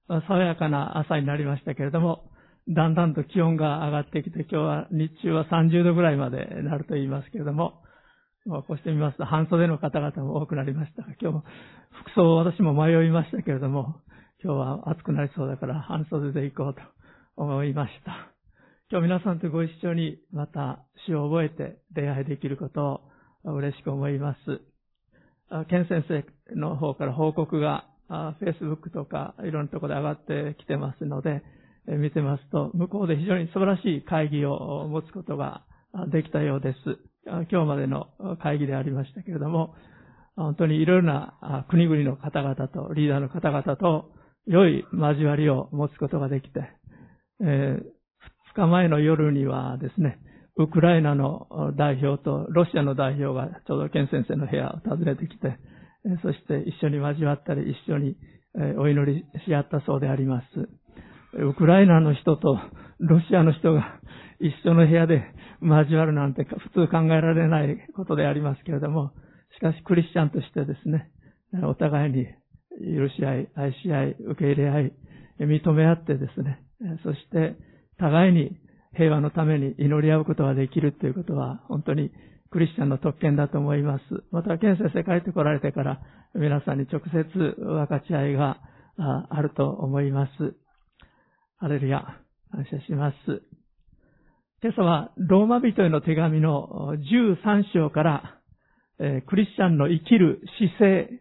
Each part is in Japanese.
爽やかな朝になりましたけれども、だんだんと気温が上がってきて、今日は日中は30度ぐらいまでなると言いますけれども、こうしてみますと半袖の方々も多くなりましたが、今日も服装を私も迷いましたけれども、今日は暑くなりそうだから半袖で行こうと思いました。今日皆さんとご一緒にまた主を覚えて礼拝できることを嬉しく思います。ケン先生の方から報告がFacebook とかいろんなところで上がってきてますので、見てますと、向こうで非常に素晴らしい会議を持つことができたようです。今日までの会議でありましたけれども、本当にいろいろな国々の方々とリーダーの方々と良い交わりを持つことができて、2日前の夜にはですね、ウクライナの代表とロシアの代表がちょうどケン先生の部屋を訪ねてきて、そして一緒に交わったり一緒にお祈りし合ったそうであります。ウクライナの人とロシアの人が一緒の部屋で交わるなんて普通考えられないことでありますけれども、しかしクリスチャンとしてですね、お互いに許し合い、愛し合い、受け入れ合い、認め合ってですね、そして互いに平和のために祈り合うことができるということは本当にクリスチャンの特権だと思います。また、ケン先生帰ってこられてから皆さんに直接分かち合いがあると思います。ハレルヤ、感謝します。今朝はローマ人への手紙の13章から、クリスチャンの生きる姿勢、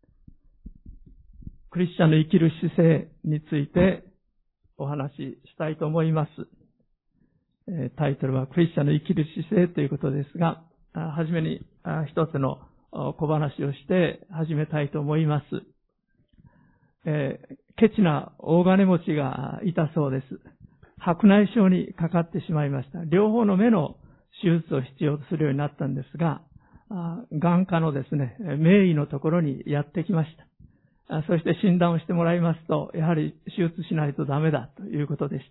クリスチャンの生きる姿勢についてお話ししたいと思います。タイトルはクリスチャンの生きる姿勢ということですが、はじめに一つの小話をして始めたいと思います。ケチな大金持ちがいたそうです。白内障にかかってしまいました。両方の目の手術を必要とするようになったんですが、眼科のですね、名医のところにやってきました。そして診断をしてもらいますと、やはり手術しないとダメだということでした。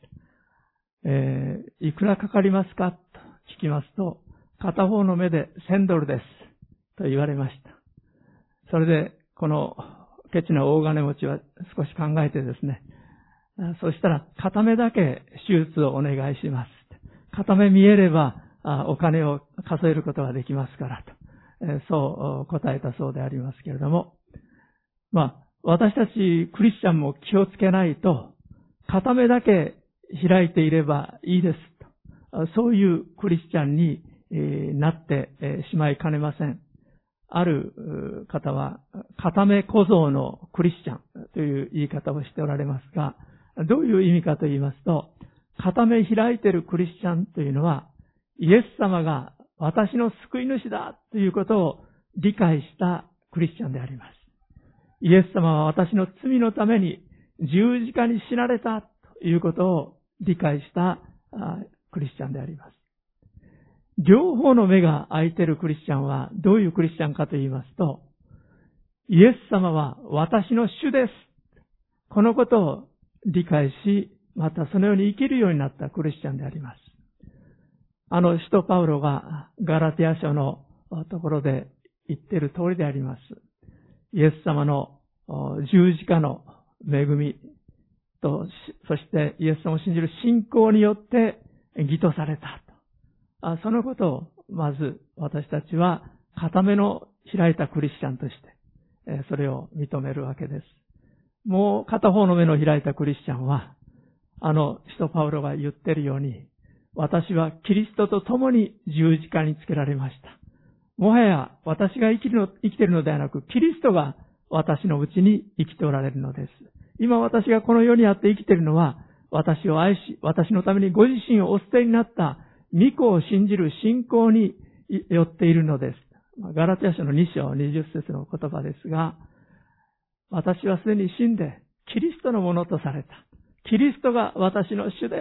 いくらかかりますかと聞きますと、片方の目で$1000ですと言われました。それで、このケチな大金持ちは少し考えてですね、そしたら片目だけ手術をお願いします。片目見えればお金を数えることができますからと、そう答えたそうでありますけれども、私たちクリスチャンも気をつけないと、片目だけ開いていればいいですと、そういうクリスチャンになってしまいかねません。ある方は、片目小僧のクリスチャンという言い方をしておられますが、どういう意味かと言いますと、片目開いているクリスチャンというのは、イエス様が私の救い主だということを理解したクリスチャンであります。イエス様は私の罪のために十字架に死なれたということを理解したクリスチャンであります。両方の目が開いているクリスチャンはどういうクリスチャンかと言いますと、イエス様は私の主です。このことを理解し、またそのように生きるようになったクリスチャンであります。使徒パウロがガラティア書のところで言っている通りであります。イエス様の十字架の恵みと、そしてイエス様を信じる信仰によって義とされたと。そのことをまず私たちは片目の開いたクリスチャンとしてそれを認めるわけです。もう片方の目の開いたクリスチャンは使徒パウロが言っているように、私はキリストと共に十字架につけられました。もはや私が生きているのではなく、キリストが私のうちに生きておられるのです。今私がこの世にあって生きているのは、私を愛し、私のためにご自身をお捨てになった御子を信じる信仰によっているのです。ガラティア書の2章20節の言葉ですが、私はすでに死んでキリストのものとされた。キリストが私の主です。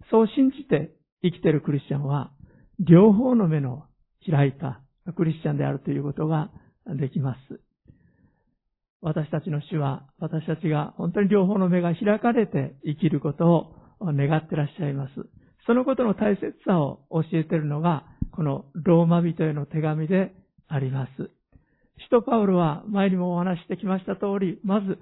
そう信じて生きているクリスチャンは、両方の目の開いたクリスチャンであるということができます。私たちの主は、私たちが本当に両方の目が開かれて生きることを願っていらっしゃいます。そのことの大切さを教えているのが、このローマ人への手紙であります。使徒パウロは前にもお話してきました通り、まず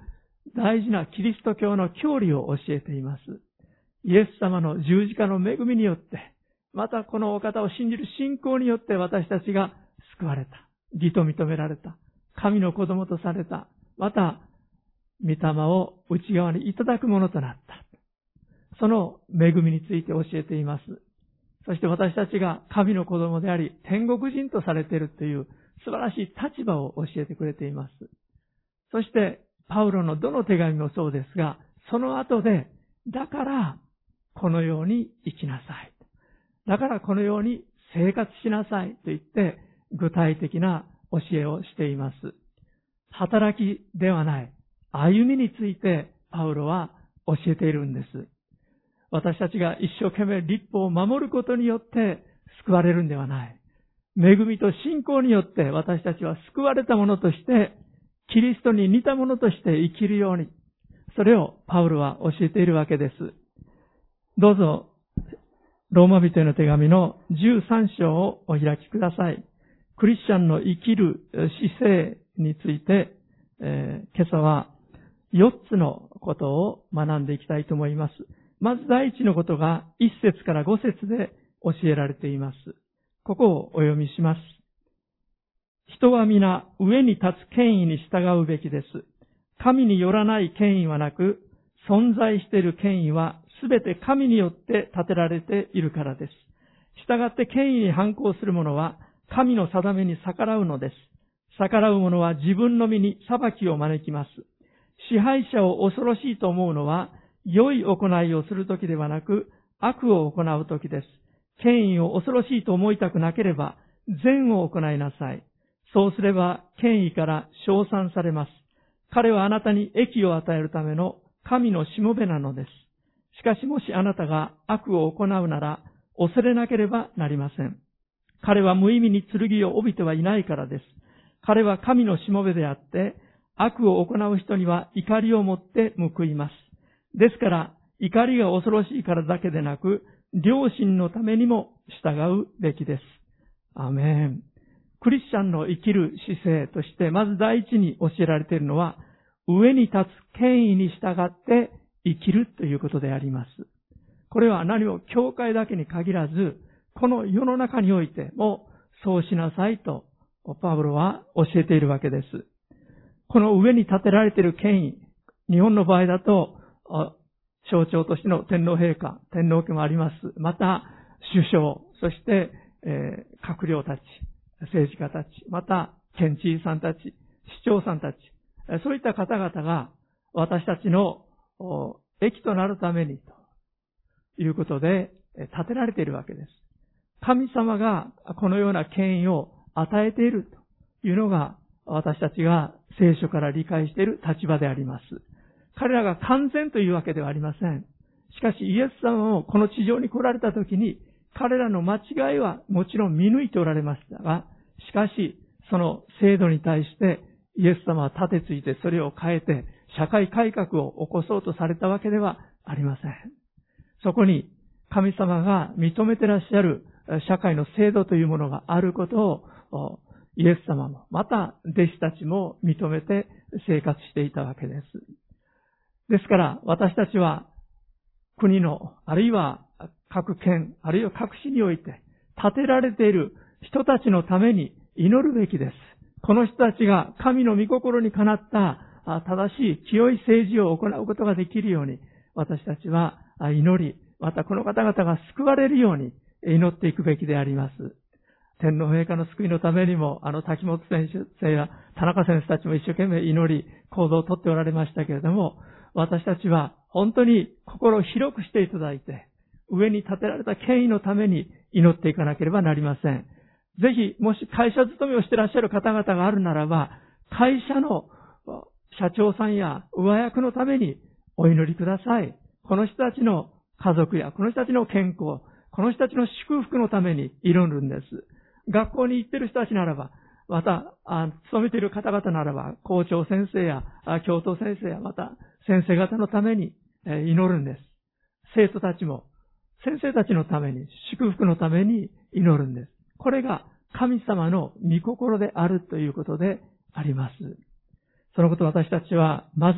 大事なキリスト教の教理を教えています。イエス様の十字架の恵みによって、またこのお方を信じる信仰によって私たちが救われた。義と認められた。神の子供とされた。また、御霊を内側にいただくものとなった。その恵みについて教えています。そして私たちが神の子供であり、天国人とされているという素晴らしい立場を教えてくれています。そして、パウロのどの手紙もそうですが、その後で、だからこのように生きなさい。だからこのように生活しなさいと言って、具体的な教えをしています。働きではない、歩みについてパウロは教えているんです。私たちが一生懸命律法を守ることによって救われるんではない。恵みと信仰によって私たちは救われたものとして、キリストに似たものとして生きるように、それをパウロは教えているわけです。どうぞ、ローマ人への手紙の13章をお開きください。クリスチャンの生きる姿勢について、今朝は4つのことを学んでいきたいと思います。まず第一のことが1節から5節で教えられています。ここをお読みします。人は皆上に立つ権威に従うべきです。神によらない権威はなく、存在している権威はすべて神によって立てられているからです。従って権威に反抗する者は神の定めに逆らうのです。逆らう者は自分の身に裁きを招きます。支配者を恐ろしいと思うのは、良い行いをするときではなく、悪を行うときです。権威を恐ろしいと思いたくなければ、善を行いなさい。そうすれば、権威から称賛されます。彼はあなたに益を与えるための神のしもべなのです。しかしもしあなたが悪を行うなら、恐れなければなりません。彼は無意味に剣を帯びてはいないからです。彼は神のしもべであって、悪を行う人には怒りをもって報います。ですから、怒りが恐ろしいからだけでなく、良心のためにも従うべきです。アーメン。クリスチャンの生きる姿勢として、まず第一に教えられているのは、上に立つ権威に従って生きるということであります。これは何も教会だけに限らず、この世の中においてもそうしなさいとパウロは教えているわけです。この上に立てられている権威、日本の場合だと象徴としての天皇陛下、天皇家もあります。また首相、そして、閣僚たち、政治家たち、また県知事さんたち、市長さんたち、そういった方々が私たちの益となるためにということで立てられているわけです。神様がこのような権威を与えているというのが私たちが聖書から理解している立場であります。彼らが完全というわけではありません。しかしイエス様もこの地上に来られた時に彼らの間違いはもちろん見抜いておられましたが、しかしその制度に対してイエス様は立てついてそれを変えて社会改革を起こそうとされたわけではありません。そこに神様が認めてらっしゃる社会の制度というものがあることをイエス様もまた弟子たちも認めて生活していたわけです。ですから私たちは国のあるいは各県あるいは各市において立てられている人たちのために祈るべきです。この人たちが神の御心にかなった正しい清い政治を行うことができるように私たちは祈り、またこの方々が救われるように祈っていくべきであります。天皇陛下の救いのためにも滝本先生や田中先生たちも一生懸命祈り行動をとっておられましたけれども、私たちは本当に心を広くしていただいて上に立てられた権威のために祈っていかなければなりません。ぜひもし会社勤めをしていらっしゃる方々があるならば、会社の社長さんや上役のためにお祈りください。この人たちの家族やこの人たちの健康、この人たちの祝福のために祈るんです。学校に行っている人たちならば、また勤めている方々ならば校長先生や教頭先生やまた先生方のために祈るんです。生徒たちも先生たちのために祝福のために祈るんです。これが神様の御心であるということであります。そのことを私たちはまず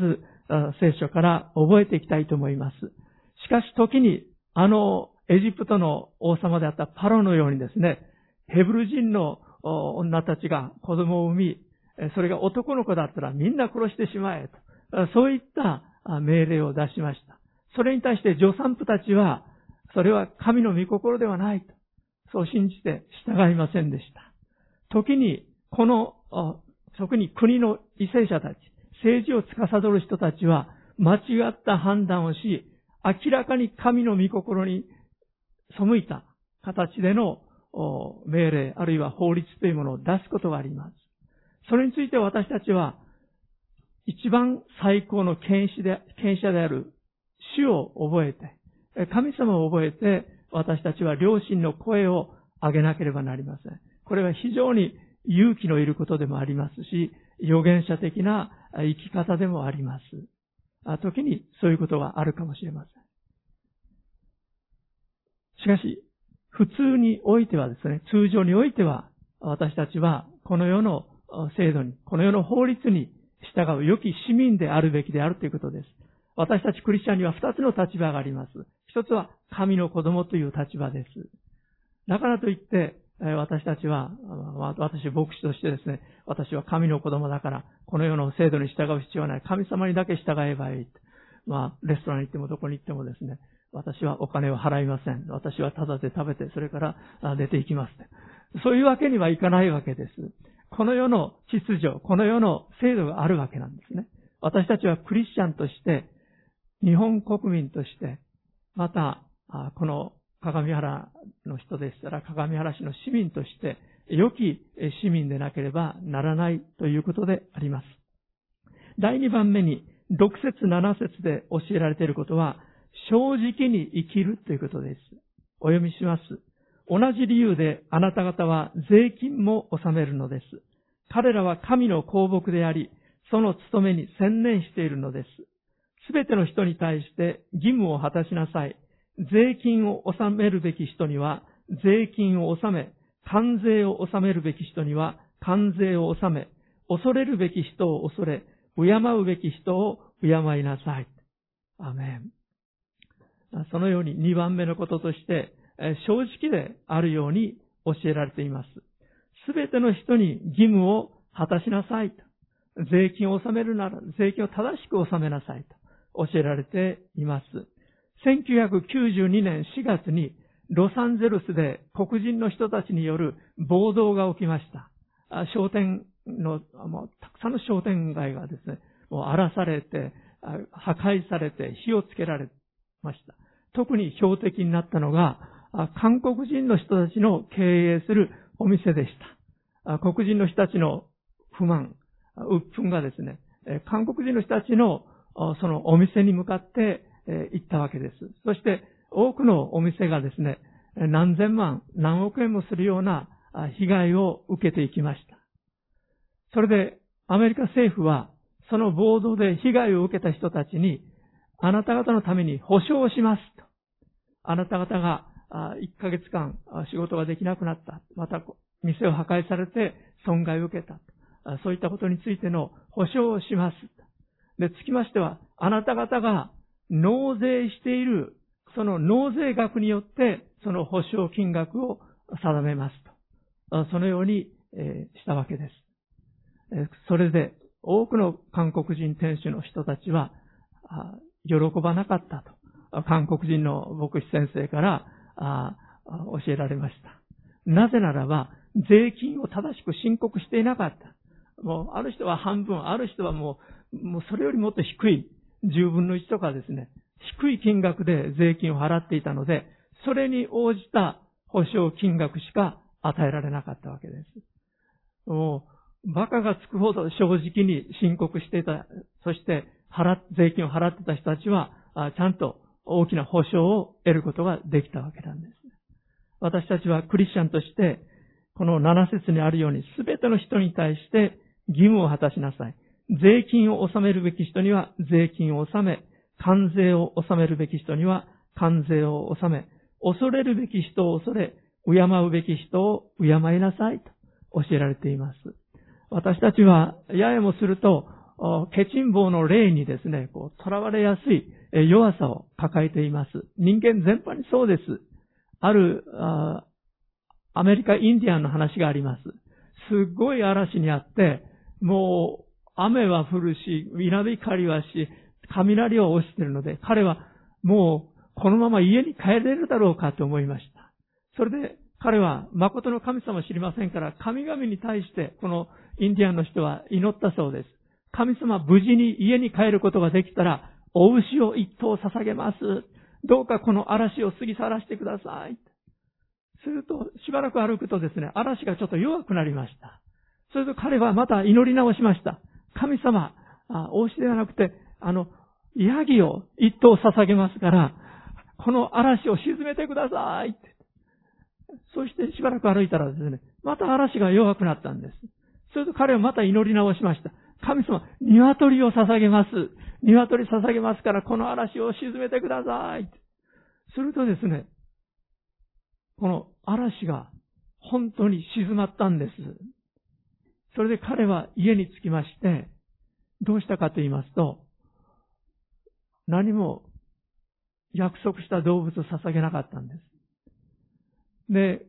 聖書から覚えていきたいと思います。しかし時にエジプトの王様であったパロのようにですね、ヘブル人の女たちが子供を産み、それが男の子だったらみんな殺してしまえと、そういった命令を出しました。それに対して助産婦たちは、それは神の御心ではないと、そう信じて従いませんでした。時に、特に国の為政者たち、政治を司る人たちは、間違った判断をし、明らかに神の御心に背いた形での命令、あるいは法律というものを出すことがあります。それについて私たちは、一番最高の権威者である主を覚えて、神様を覚えて、私たちは良心の声を上げなければなりません。これは非常に勇気のいることでもありますし、預言者的な生き方でもあります。時にそういうことがあるかもしれません。しかし、普通においてはですね、通常においては、私たちはこの世の制度に、この世の法律に従う良き市民であるべきであるということです。私たちクリスチャンには二つの立場があります。一つは神の子供という立場です。だからといって、私たちは、私牧師としてですね、私は神の子供だから、この世の制度に従う必要はない。神様にだけ従えばいい。レストランに行ってもどこに行ってもですね、私はお金を払いません。私はタダで食べて、それから出て行きます。そういうわけにはいかないわけです。この世の秩序、この世の制度があるわけなんですね。私たちはクリスチャンとして、日本国民として、また、この鏡原の人でしたら、鏡原市の市民として、良き市民でなければならないということであります。第2番目に、6節7節で教えられていることは、正直に生きるということです。お読みします。同じ理由であなた方は税金も納めるのです。彼らは神の公僕であり、その務めに専念しているのです。すべての人に対して義務を果たしなさい。税金を納めるべき人には税金を納め、関税を納めるべき人には関税を納め、恐れるべき人を恐れ、敬うべき人を敬いなさい。アメン。そのように2番目のこととして、正直であるように教えられています。すべての人に義務を果たしなさいと。税金を納めるなら税金を正しく納めなさいと教えられています。1992年4月にロサンゼルスで黒人の人たちによる暴動が起きました。商店の、たくさんの商店街がですね、荒らされて、破壊されて火をつけられました。特に標的になったのが、韓国人の人たちの経営するお店でした。黒人の人たちの不満、鬱憤がですね、韓国人の人たちのそのお店に向かって行ったわけです。そして多くのお店がですね、何千万、何億円もするような被害を受けていきました。それでアメリカ政府はその暴動で被害を受けた人たちに、あなた方のために保証をしますと。あなた方が1ヶ月間仕事ができなくなった。また店を破壊されて損害を受けた。そういったことについての保証をします。で、つきましては、あなた方が納税している、その納税額によって、その保証金額を定めますと。そのようにしたわけです。それで、多くの韓国人店主の人たちは、喜ばなかったと。韓国人の牧師先生から教えられました。なぜならば、税金を正しく申告していなかった。もう、ある人は半分、ある人はもうそれよりもっと低い、10分の1とかですね、低い金額で税金を払っていたので、それに応じた保証金額しか与えられなかったわけです。もう、馬鹿がつくほど正直に申告していた、そして税金を払ってた人たちは、ちゃんと大きな保証を得ることができたわけなんです。私たちはクリスチャンとして、この7節にあるように、すべての人に対して義務を果たしなさい。税金を納めるべき人には税金を納め、関税を納めるべき人には関税を納め、恐れるべき人を恐れ、敬うべき人を敬いなさいと教えられています。私たちは、ややもすると、 ケチン棒の霊にですね、囚われやすい弱さを抱えています。人間全般にそうです。ある、アメリカインディアンの話があります。すっごい嵐にあって、もう雨は降るし、稲光はし、雷は落ちているので、彼はもうこのまま家に帰れるだろうかと思いました。それで彼は誠の神様を知りませんから、神々に対してこのインディアンの人は祈ったそうです。神様、無事に家に帰ることができたら、お牛を一頭捧げます。どうかこの嵐を過ぎ去らせてください。すると、しばらく歩くとですね、嵐がちょっと弱くなりました。それと彼はまた祈り直しました。神様、お牛ではなくて、ヤギを一頭捧げますから、この嵐を沈めてください。そしてしばらく歩いたらですね、また嵐が弱くなったんです。それと彼はまた祈り直しました。神様、鶏を捧げます。鶏捧げますから、この嵐を沈めてください。するとですね、この嵐が本当に静まったんです。それで彼は家に着きまして、どうしたかと言いますと、何も約束した動物を捧げなかったんです。で、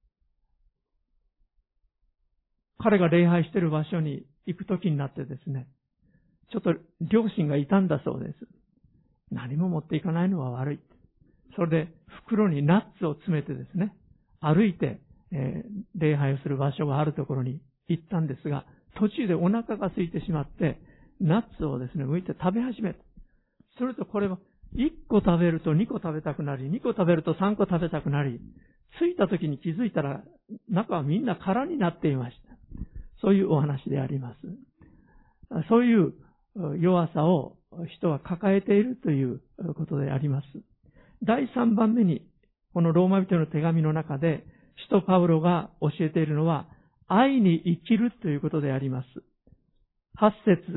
彼が礼拝している場所に行くときになってですね、ちょっと両親が傷んだそうです。何も持っていかないのは悪い。それで袋にナッツを詰めてですね、歩いて、礼拝をする場所があるところに行ったんですが、途中でお腹が空いてしまって、ナッツをですね、剥いて食べ始めた。するとこれは1個食べると2個食べたくなり、2個食べると3個食べたくなり、着いた時に気づいたら中はみんな空になっていました。そういうお話であります。そういう弱さを人は抱えているということであります。第3番目に、このローマ人の手紙の中で、使徒パウロが教えているのは、愛に生きるということであります。8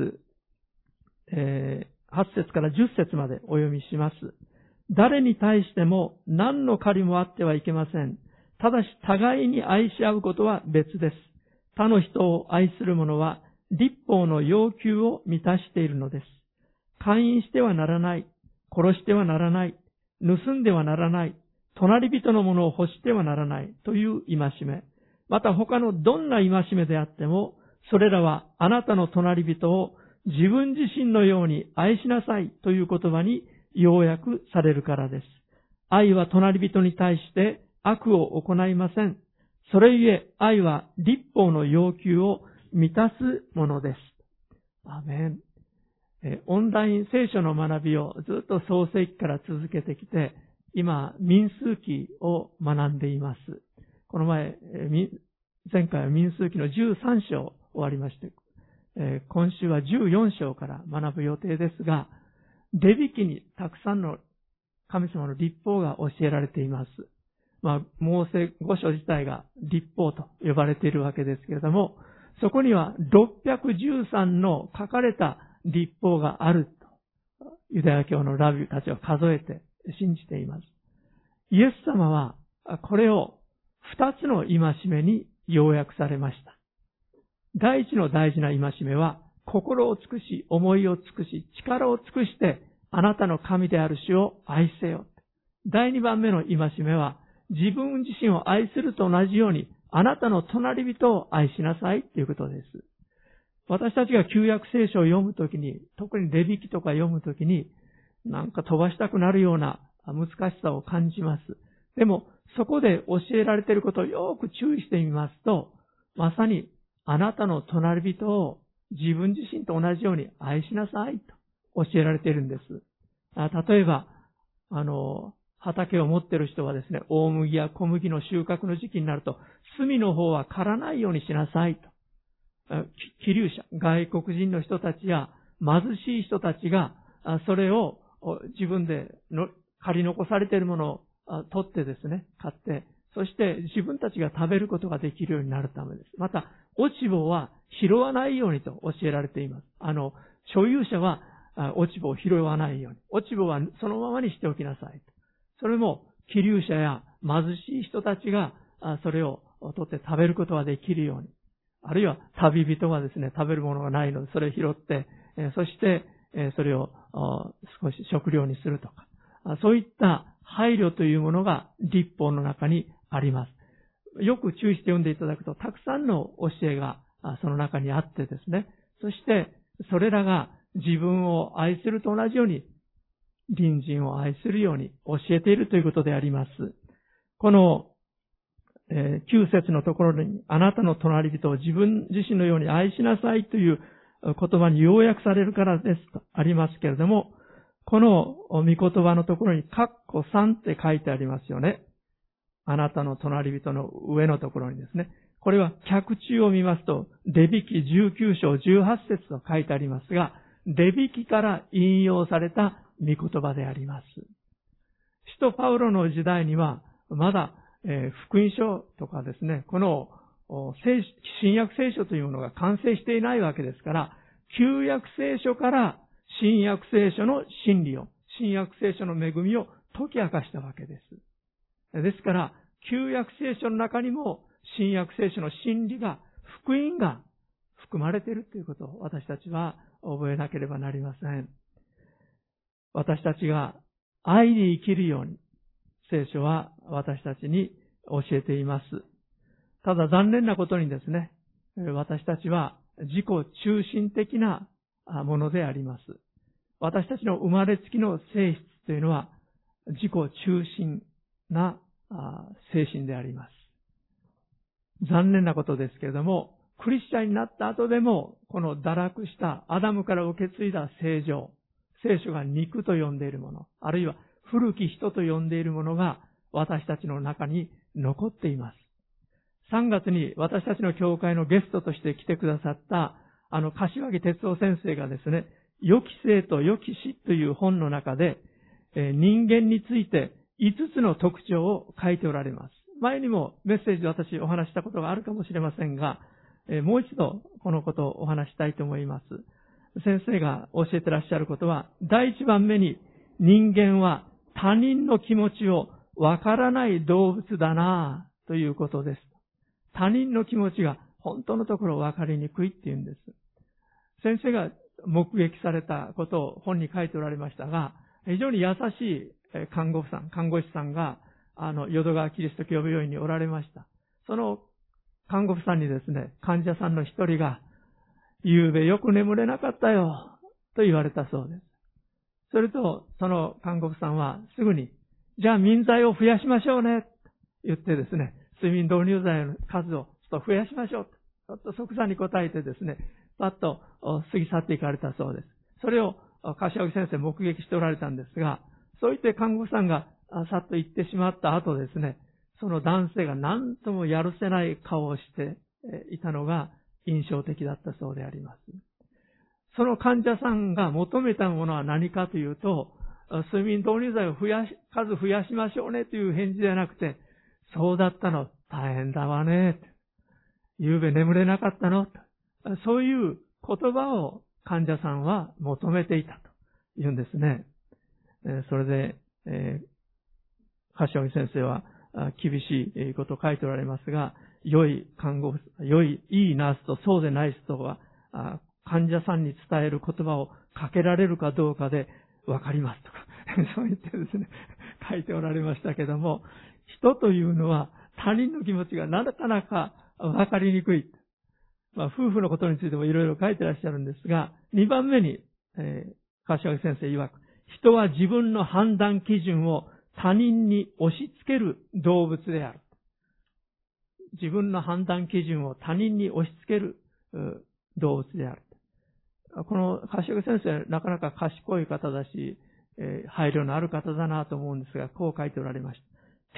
節から10節までお読みします。誰に対しても何の借りもあってはいけません。ただし互いに愛し合うことは別です。他の人を愛する者は律法の要求を満たしているのです。姦淫してはならない。殺してはならない。盗んではならない。隣人のものを欲してはならないという戒め。また他のどんな戒めであっても、それらはあなたの隣人を自分自身のように愛しなさいという言葉に要約されるからです。愛は隣人に対して悪を行いません。それゆえ愛は律法の要求を満たすものです。アーメン。オンライン聖書の学びをずっと創世記から続けてきて、今民数記を学んでいます。この前回は民数記の13章終わりまして、今週は14章から学ぶ予定ですが、レビ記にたくさんの神様の律法が教えられています。モーセ五書自体が律法と呼ばれているわけですけれども、そこには613の書かれた律法があると、ユダヤ教のラビたちは数えて信じています。イエス様はこれを2つの戒めに要約されました。第一の大事な戒めは、心を尽くし、思いを尽くし、力を尽くして、あなたの神である主を愛せよ。第2番目の戒めは、自分自身を愛すると同じように、あなたの隣人を愛しなさいということです。私たちが旧約聖書を読むときに、特にレビ記とか読むときに、なんか飛ばしたくなるような難しさを感じます。でも、そこで教えられていることをよく注意してみますと、まさにあなたの隣人を自分自身と同じように愛しなさいと教えられているんです。例えば、畑を持っている人はですね、大麦や小麦の収穫の時期になると、隅の方は刈らないようにしなさいと。寄留者、外国人の人たちや貧しい人たちが、それを自分で刈り残されているものを取ってですね、買って、そして自分たちが食べることができるようになるためです。また、落ち穂は拾わないようにと教えられています。所有者は落ち穂を拾わないように。落ち穂はそのままにしておきなさい。それも、寄留者や貧しい人たちがそれを取って食べることができるように。あるいは旅人がですね、食べるものがないので、それを拾ってそしてそれを少し食料にするとか、そういった配慮というものが律法の中にあります。よく注意して読んでいただくと、たくさんの教えがその中にあってですね、そしてそれらが自分を愛すると同じように隣人を愛するように教えているということであります。この9節のところに、あなたの隣人を自分自身のように愛しなさいという言葉に要約されるからですとありますけれども、この御言葉のところに括弧3って書いてありますよね。あなたの隣人の上のところにですね。これは脚注を見ますと、レビ記19章18節と書いてありますが、レビ記から引用された御言葉であります。使徒パウロの時代には、まだ、福音書とかですね、この新約聖書というものが完成していないわけですから、旧約聖書から新約聖書の真理を、新約聖書の恵みを解き明かしたわけです。ですから、旧約聖書の中にも新約聖書の真理が、福音が含まれているということを私たちは覚えなければなりません。私たちが愛に生きるように、聖書は私たちに教えています。ただ残念なことにですね、私たちは自己中心的なものであります。私たちの生まれつきの性質というのは自己中心な精神であります。残念なことですけれども、クリスチャンになった後でも、この堕落したアダムから受け継いだ性情、聖書が肉と呼んでいるもの、あるいは古き人と呼んでいるものが私たちの中に残っています。3月に私たちの教会のゲストとして来てくださった柏木哲夫先生がですね、良き性と良き死という本の中で、人間について5つの特徴を書いておられます。前にもメッセージで私お話したことがあるかもしれませんが、もう一度このことをお話したいと思います。先生が教えてらっしゃることは、第一番目に人間は他人の気持ちをわからない動物だなということです。他人の気持ちが本当のところわかりにくいっていうんです。先生が目撃されたことを本に書いておられましたが、非常に優しい看護師さんが淀川キリスト教病院におられました。その看護婦さんにですね、患者さんの一人が、夕べよく眠れなかったよ、と言われたそうです。それと、その看護婦さんはすぐに、じゃあ眠剤を増やしましょうね、と言ってですね、睡眠導入剤の数をちょっと増やしましょう、と即座に答えてですね、パッと過ぎ去っていかれたそうです。それを柏木先生目撃しておられたんですが、そう言って看護婦さんがさっと行ってしまった後ですね、その男性が何ともやるせない顔をしていたのが印象的だったそうであります。その患者さんが求めたものは何かというと、睡眠導入剤を数増やしましょうねという返事ではなくて、そうだったの、大変だわね。夕べ眠れなかったの。そういう言葉を患者さんは求めていたと言うんですね。それで、柏木先生は厳しいことを書いておられますが、良い看護婦、いいナースとそうでない人は、患者さんに伝える言葉をかけられるかどうかでわかりますとか、そう言ってですね、書いておられましたけども、人というのは他人の気持ちがなかなかわかりにくい。夫婦のことについてもいろいろ書いてらっしゃるんですが、2番目に、柏木先生曰く、人は自分の判断基準を他人に押し付ける動物である。自分の判断基準を他人に押し付ける動物である。この柏木先生はなかなか賢い方だし、配慮のある方だなと思うんですが、こう書いておられました。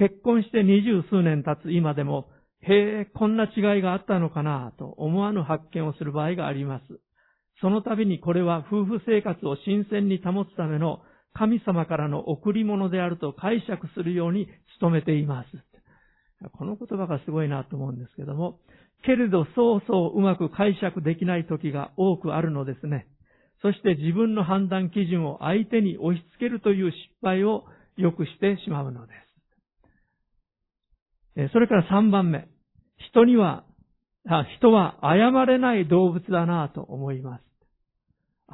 結婚して20数年経つ今でも、へえ、こんな違いがあったのかなと思わぬ発見をする場合があります。その度にこれは夫婦生活を新鮮に保つための神様からの贈り物であると解釈するように努めています。この言葉がすごいなと思うんですけども、けれどそうそううまく解釈できない時が多くあるのですね。そして自分の判断基準を相手に押し付けるという失敗をよくしてしまうのです。それから3番目。人は謝れない動物だなと思います。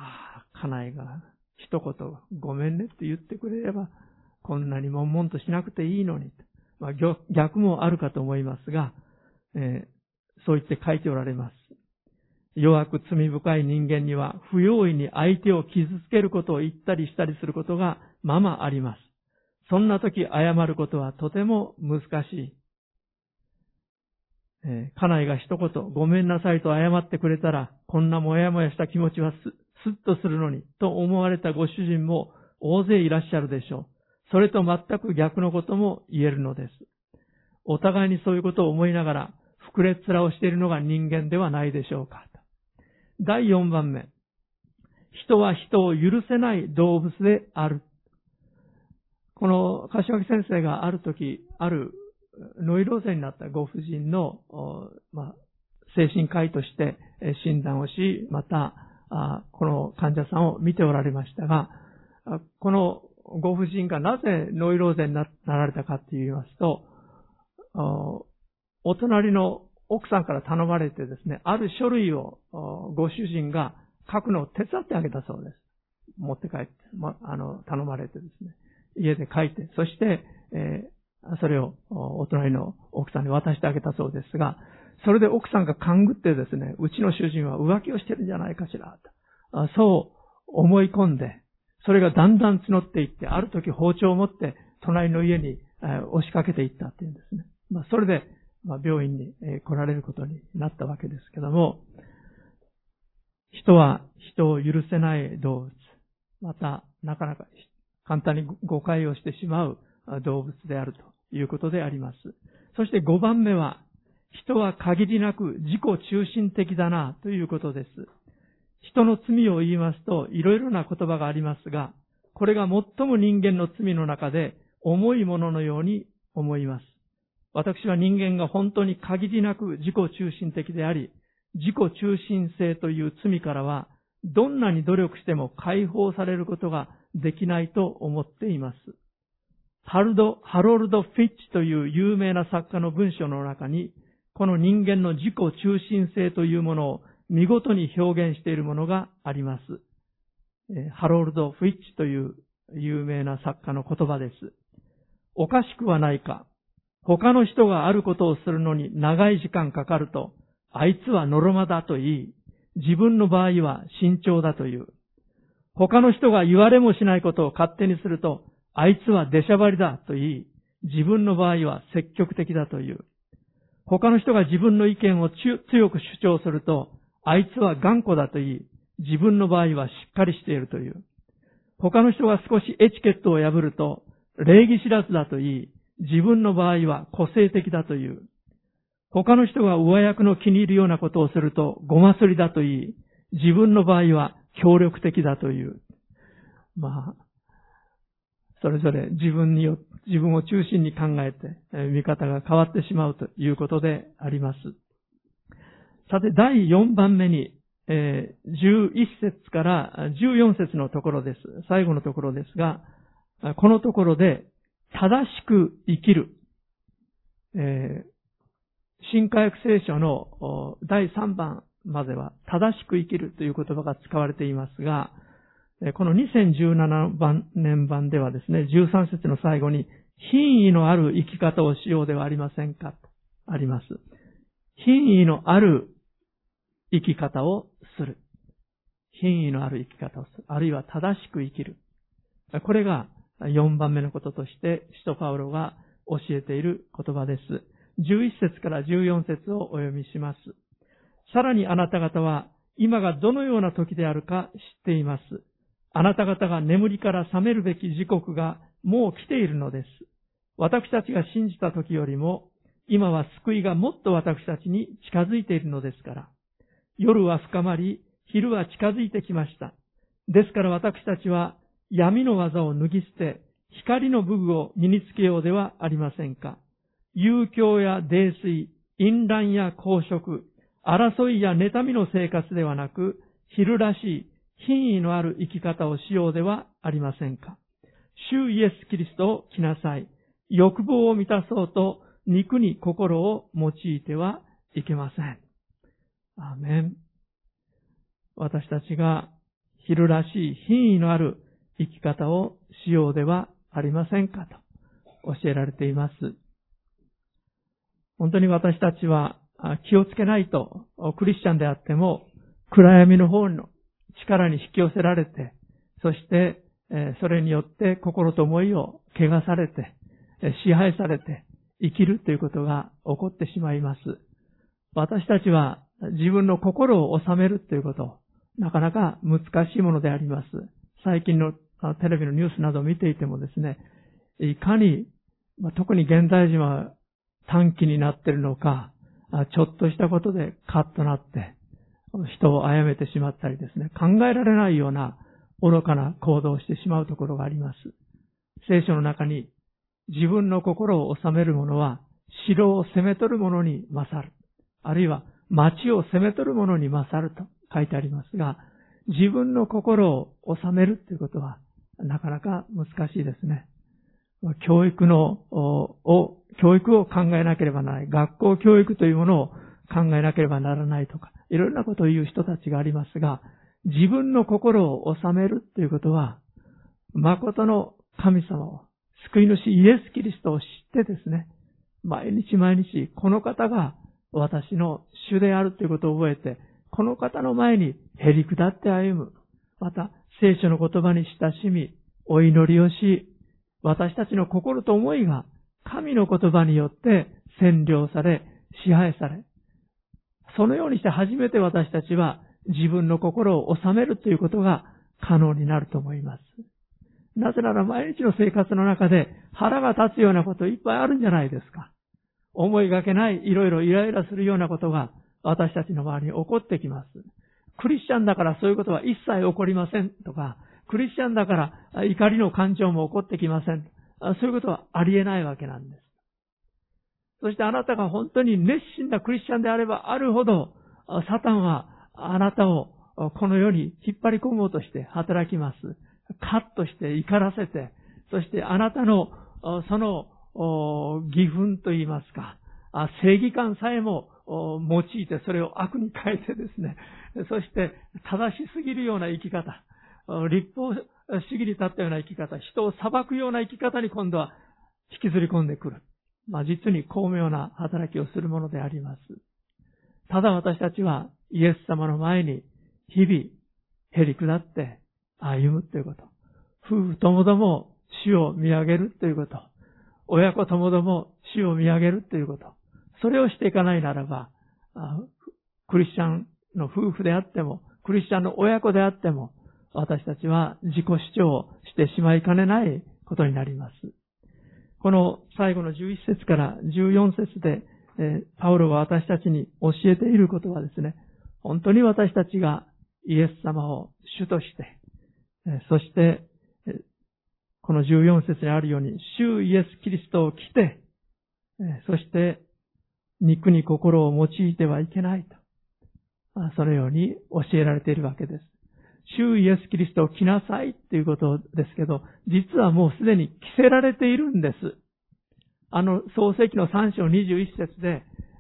昼らしい品位のある生き方をしようではありませんかと教えられています。本当に私たちは気をつけないと、クリスチャンであっても暗闇の方の力に引き寄せられて、そしてそれによって心と思いを汚されて、支配されて生きるということが起こってしまいます。私たちは自分の心を収めるということ、なかなか難しいものであります。最近のテレビのニュースなどを見ていてもですね、いかに、特に現代人は短気になっているのか、ちょっとしたことでカッとなって、人を殺めてしまったりですね、考えられないような愚かな行動をしてしまうところがあります。聖書の中に、自分の心を治める者は、城を攻め取る者に勝る。あるいは、町を攻め取る者に勝ると書いてありますが、自分の心を治めるということは、なかなか難しいですね。教育を考えなければならない。学校教育というものを考えなければならないとか、いろんなことを言う人たちがありますが、自分の心を治めるということは、誠の神様を、救い主イエス・キリストを知ってですね、毎日毎日この方が私の主であるということを覚えて、この方の前にへり下って歩む。また、聖書の言葉に親しみ、お祈りをし、私たちの心と思いが神の言葉によって占領され、支配され、そのようにして初めて私たちは自分の心を収めるということが可能になると思います。なぜなら毎日の生活の中で腹が立つようなこといっぱいあるんじゃないですか。思いがけないいろいろイライラするようなことが私たちの周りに起こってきます。クリスチャンだからそういうことは一切起こりませんとか、クリスチャンだから怒りの感情も起こってきません。そういうことはありえないわけなんです。そしてあなたが本当に熱心なクリスチャンであればあるほど、サタンはあなたをこの世に引っ張り込もうとして働きます。カッとして怒らせて、そしてあなたのその義憤といいますか、正義感さえも用いてそれを悪に変えてですね、そして正しすぎるような生き方、立法主義に立ったような生き方、人を裁くような生き方に今度は引きずり込んでくる。実に巧妙な働きをするものであります。ただ私たちはイエス様の前に日々へり下って歩むということ。夫婦ともども主を見上げるということ。親子ともども主を見上げるということ。それをしていかないならば、クリスチャンの夫婦であっても、クリスチャンの親子であっても、私たちは自己主張してしまいかねないことになります。この最後の11節から14節で、パウロが私たちに教えていることはですね、本当に私たちがイエス様を主として、そして、この14節にあるように、主イエス・キリストを来て、そして肉に心を用いてはいけないと、そのように教えられているわけです。主イエス・キリストを着なさいということですけど、実はもうすでに着せられているんです。創世記の3章21節で、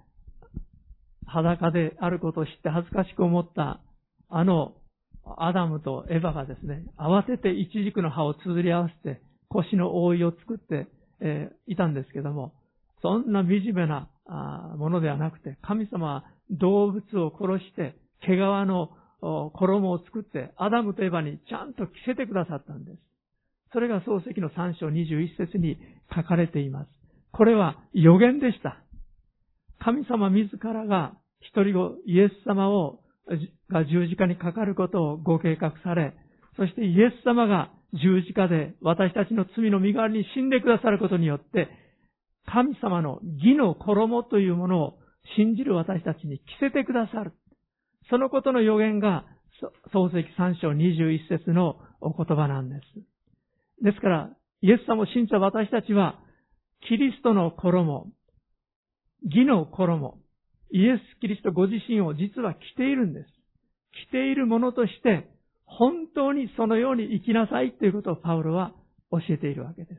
裸であることを知って恥ずかしく思ったアダムとエヴァがですね、慌ててイチジクの葉を綴り合わせて腰の覆いを作って、いたんですけども、そんな惨めなものではなくて、神様は動物を殺して毛皮の衣を作ってアダムとエヴァにちゃんと着せてくださったんです。それが創世記の3章21節に書かれています。これは予言でした。神様自らが一人子イエス様が十字架にかかることをご計画され、そしてイエス様が十字架で私たちの罪の身代わりに死んでくださることによって、神様の義の衣というものを信じる私たちに着せてくださる。そのことの予言が創世記3章21節のお言葉なんです。ですから、イエス様を信じた私たちは、キリストの衣、義の衣、イエス・キリストご自身を実は着ているんです。着ているものとして、本当にそのように生きなさいということをパウロは教えているわけです。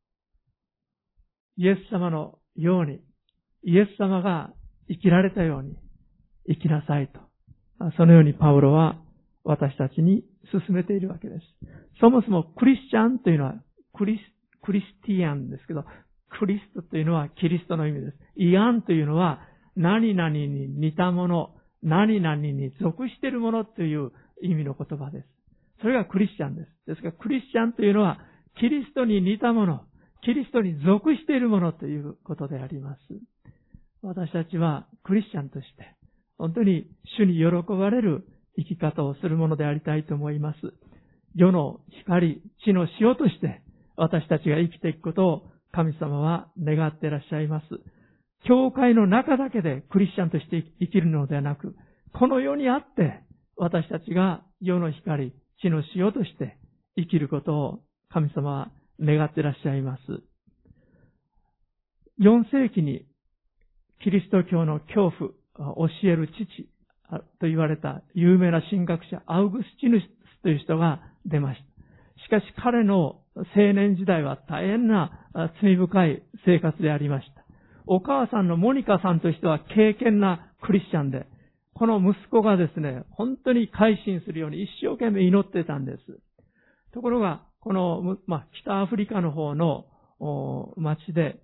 イエス様のように、イエス様が生きられたように生きなさいと。そのようにパウロは私たちに進めているわけです。そもそもクリスチャンというのはクリスティアンですけど、クリストというのはキリストの意味です。イアンというのは何々に似たもの、何々に属しているものという意味の言葉です。それがクリスチャンです。ですからクリスチャンというのはキリストに似たもの、キリストに属しているものということであります。私たちはクリスチャンとして本当に主に喜ばれる生き方をするものでありたいと思います。世の光、地の塩として私たちが生きていくことを神様は願っていらっしゃいます。教会の中だけでクリスチャンとして生きるのではなく、この世にあって私たちが世の光、地の塩として生きることを神様は願っていらっしゃいます。4世紀にキリスト教の教父、教える父と言われた有名な神学者アウグスチヌスという人が出ました。しかし彼の青年時代は大変な罪深い生活でありました。お母さんのモニカさんとしては敬虔なクリスチャンで、この息子がですね、本当に改心するように一生懸命祈っていたんです。ところが、この、北アフリカの方の町で、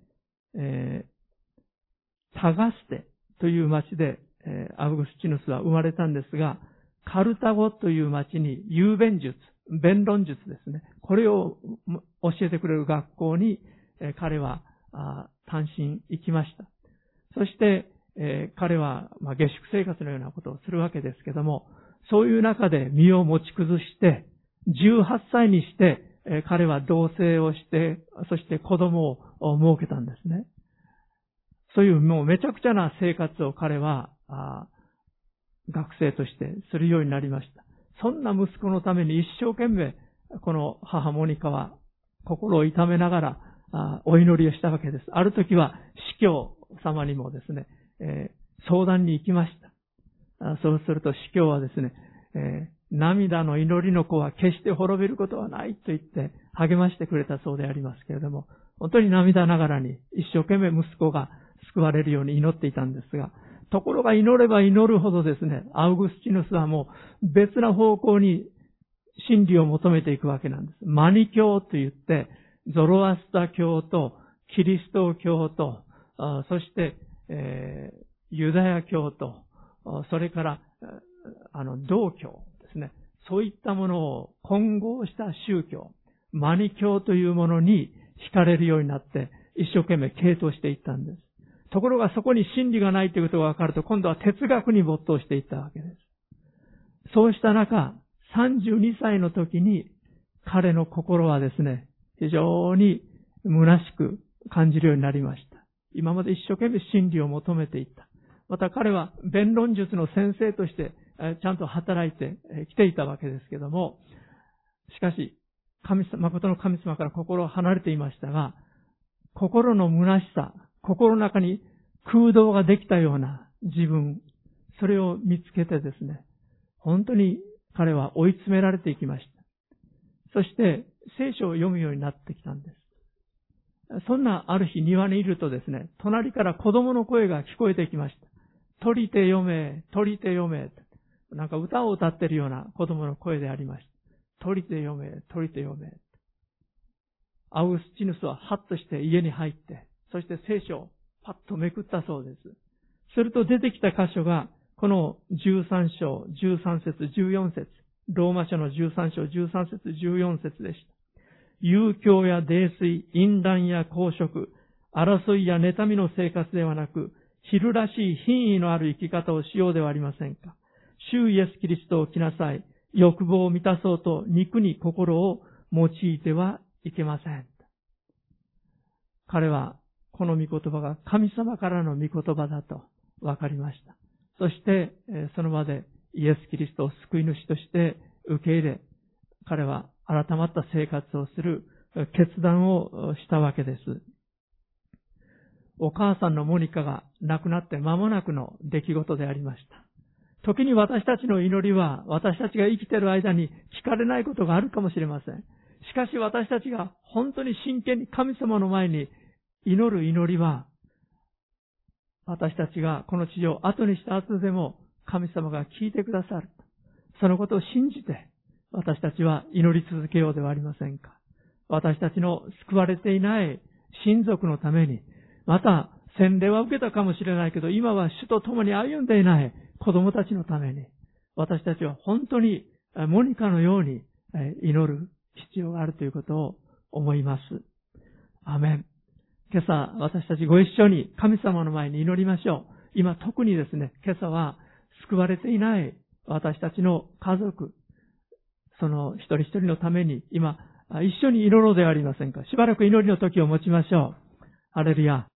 タガステという町で、アウグスチヌスは生まれたんですが、カルタゴという町に雄弁術、弁論術ですね。これを教えてくれる学校に、彼は単身行きました。そして、彼は下宿生活のようなことをするわけですけども、そういう中で身を持ち崩して、18歳にして、彼は同棲をして、そして子供を設けたんですね。そういうもうめちゃくちゃな生活を彼は学生としてするようになりました。そんな息子のために一生懸命この母モニカは心を痛めながらお祈りをしたわけです。ある時は司教様にもですね、相談に行きました。そうすると司教はですね、涙の祈りの子は決して滅びることはないと言って励ましてくれたそうでありますけれども、本当に涙ながらに一生懸命息子が救われるように祈っていたんですが、ところが祈れば祈るほどですね、アウグスチヌスはもう別な方向に真理を求めていくわけなんです。マニ教と言って、ゾロアスタ教とキリスト教と、そして、ユダヤ教と、それから道教ですね。そういったものを混合した宗教、マニ教というものに惹かれるようになって一生懸命傾倒していったんです。ところがそこに真理がないということが分かると、今度は哲学に没頭していったわけです。そうした中、32歳の時に彼の心はですね、非常に虚しく感じるようになりました。今まで一生懸命真理を求めていった。また彼は弁論術の先生としてちゃんと働いてきていたわけですけども、しかし、誠の神様から心を離れていましたが、心の虚しさ、心の中に空洞ができたような自分、それを見つけてですね、本当に彼は追い詰められていきました。そして聖書を読むようになってきたんです。そんなある日庭にいるとですね、隣から子供の声が聞こえてきました。取りて読め、取りて読め。なんか歌を歌っているような子供の声でありました。取りて読め、取りて読め。アウグスチヌスはハッとして家に入って、そして聖書をパッとめくったそうです。すると出てきた箇所が、この13章、13節、14節、ローマ書の13章、13節、14節でした。遊興や泥酔、淫乱や公職、争いや妬みの生活ではなく、昼らしい品位のある生き方をしようではありませんか。主イエスキリストを着なさい。欲望を満たそうと肉に心を用いてはいけません。彼はこの御言葉が神様からの御言葉だと分かりました。そしてその場でイエスキリストを救い主として受け入れ、彼は改まった生活をする決断をしたわけです。お母さんのモニカが亡くなって間もなくの出来事でありました。時に私たちの祈りは私たちが生きている間に聞かれないことがあるかもしれません。しかし私たちが本当に真剣に神様の前に祈る祈りは、私たちがこの地上を後にした後でも神様が聞いてくださる。そのことを信じて私たちは祈り続けようではありませんか。私たちの救われていない親族のために、また洗礼は受けたかもしれないけど、今は主と共に歩んでいない子供たちのために、私たちは本当にモニカのように祈る必要があるということを思います。アーメン。今朝私たちご一緒に神様の前に祈りましょう。今特にですね、今朝は救われていない私たちの家族、その一人一人のために今一緒に祈ろうではありませんか。しばらく祈りの時を持ちましょう。ハレルヤ。